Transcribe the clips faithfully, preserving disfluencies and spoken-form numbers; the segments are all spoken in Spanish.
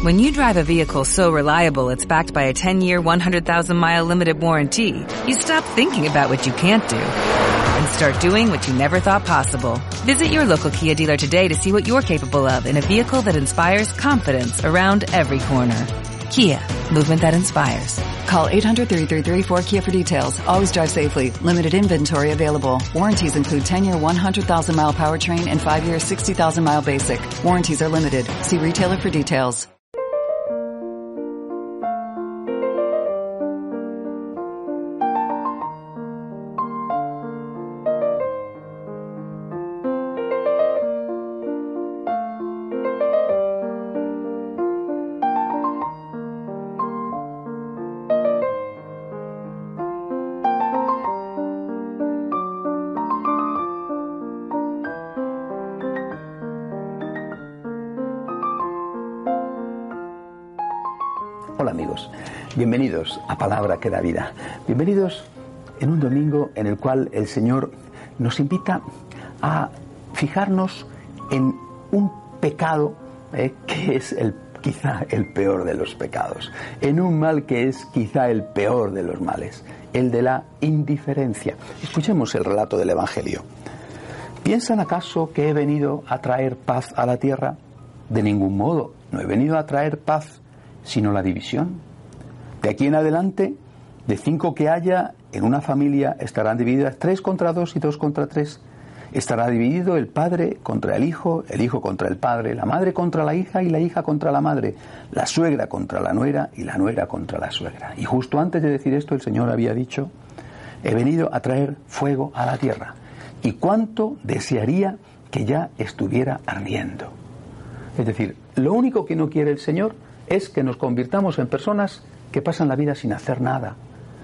When you drive a vehicle so reliable it's backed by a ten-year, one hundred thousand mile limited warranty, you stop thinking about what you can't do and start doing what you never thought possible. Visit your local Kia dealer today to see what you're capable of in a vehicle that inspires confidence around every corner. Kia, movement that inspires. Call eight hundred, three three three, four K I A for details. Always drive safely. Limited inventory available. Warranties include ten-year, one hundred thousand mile powertrain and five-year, sixty thousand mile basic. Warranties are limited. See retailer for details. Hola amigos, bienvenidos a Palabra que da vida. Bienvenidos en un domingo en el cual el Señor nos invita a fijarnos en un pecado eh, que es el, quizá el peor de los pecados, en un mal que es quizá el peor de los males, el de la indiferencia. Escuchemos el relato del Evangelio. ¿Piensan acaso que he venido a traer paz a la tierra? De ningún modo, no he venido a traer paz, sino la división. De aquí en adelante, de cinco que haya en una familia, estarán divididas tres contra dos y dos contra tres. Estará dividido el padre contra el hijo, el hijo contra el padre, la madre contra la hija y la hija contra la madre, la suegra contra la nuera y la nuera contra la suegra. Y justo antes de decir esto, el Señor había dicho: he venido a traer fuego a la tierra. Y cuánto desearía que ya estuviera ardiendo. Es decir, lo único que no quiere el Señor es que nos convirtamos en personas que pasan la vida sin hacer nada.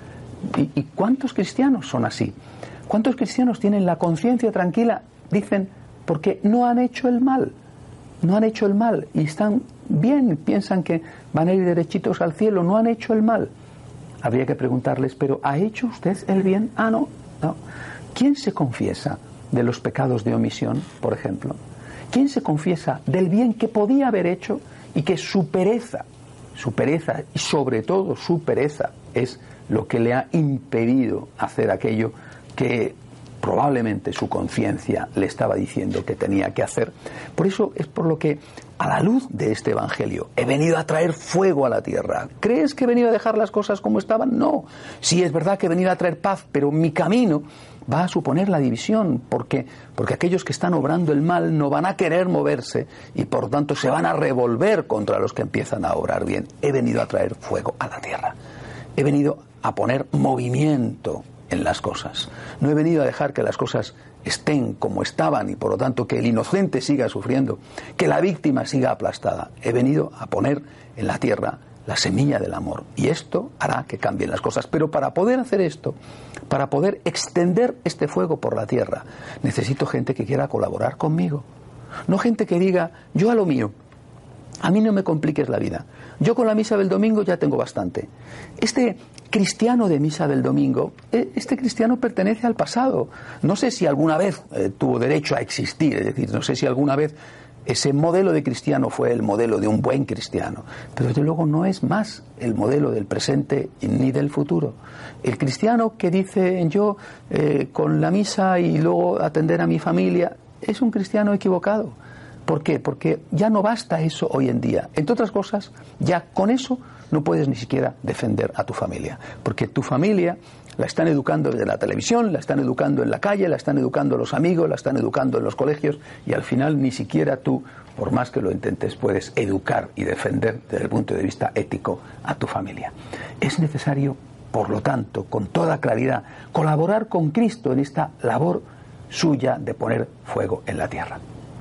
¿Y, y cuántos cristianos son así? ¿Cuántos cristianos tienen la conciencia tranquila? Dicen, porque no han hecho el mal. No han hecho el mal y están bien, piensan que van a ir derechitos al cielo, no han hecho el mal. Habría que preguntarles, ¿pero ha hecho usted el bien? Ah, no, no. ¿Quién se confiesa de los pecados de omisión, por ejemplo? ¿Quién se confiesa del bien que podía haber hecho y que su pereza, su pereza y sobre todo su pereza es lo que le ha impedido hacer aquello que probablemente su conciencia le estaba diciendo que tenía que hacer? Por eso es por lo que, a la luz de este Evangelio, he venido a traer fuego a la tierra. ¿Crees que he venido a dejar las cosas como estaban? No. Sí, es verdad que he venido a traer paz, pero mi camino va a suponer la división, porque, porque aquellos que están obrando el mal no van a querer moverse y por tanto se van a revolver contra los que empiezan a obrar bien. He venido a traer fuego a la tierra. He venido a poner movimiento en las cosas. No he venido a dejar que las cosas estén como estaban y por lo tanto que el inocente siga sufriendo, que la víctima siga aplastada. He venido a poner en la tierra la semilla del amor, y esto hará que cambien las cosas. Pero para poder hacer esto, para poder extender este fuego por la tierra, necesito gente que quiera colaborar conmigo. No gente que diga, yo a lo mío, a mí no me compliques la vida, yo con la misa del domingo ya tengo bastante. Este cristiano de misa del domingo, este cristiano pertenece al pasado. No sé si alguna vez eh, tuvo derecho a existir, es decir, no sé si alguna vez ese modelo de cristiano fue el modelo de un buen cristiano, pero desde luego no es más el modelo del presente ni del futuro. El cristiano que dice yo eh, con la misa y luego atender a mi familia es un cristiano equivocado. ¿Por qué? Porque ya no basta eso hoy en día. Entre otras cosas, ya con eso no puedes ni siquiera defender a tu familia, porque tu familia la están educando desde la televisión, la están educando en la calle, la están educando los amigos, la están educando en los colegios, y al final ni siquiera tú, por más que lo intentes, puedes educar y defender desde el punto de vista ético a tu familia. Es necesario, por lo tanto, con toda claridad, colaborar con Cristo en esta labor suya de poner fuego en la tierra.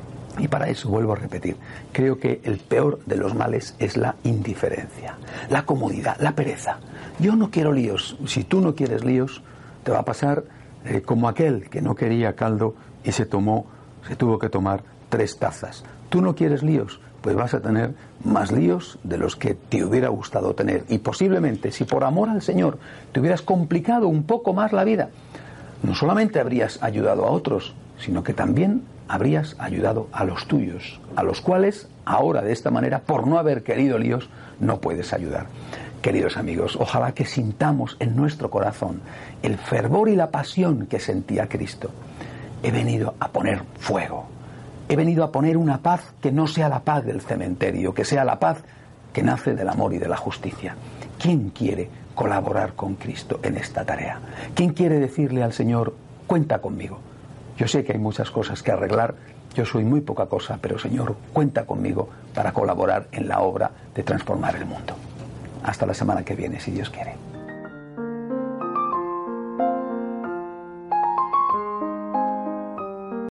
Y para eso, vuelvo a repetir, creo que el peor de los males es la indiferencia, la comodidad, la pereza. Yo no quiero líos. Si tú no quieres líos, te va a pasar eh, como aquel que no quería caldo y se tomó, se tuvo que tomar tres tazas. Tú no quieres líos, pues vas a tener más líos de los que te hubiera gustado tener. Y posiblemente, si por amor al Señor te hubieras complicado un poco más la vida, no solamente habrías ayudado a otros, sino que también habrías ayudado a los tuyos, a los cuales ahora de esta manera, por no haber querido líos, no puedes ayudar. Queridos amigos, ojalá que sintamos en nuestro corazón el fervor y la pasión que sentía Cristo. He venido a poner fuego. He venido a poner una paz que no sea la paz del cementerio, que sea la paz que nace del amor y de la justicia. ¿Quién quiere colaborar con Cristo en esta tarea? ¿Quién quiere decirle al Señor, cuenta conmigo? Yo sé que hay muchas cosas que arreglar, yo soy muy poca cosa, pero Señor, cuenta conmigo para colaborar en la obra de transformar el mundo. Hasta la semana que viene, si Dios quiere.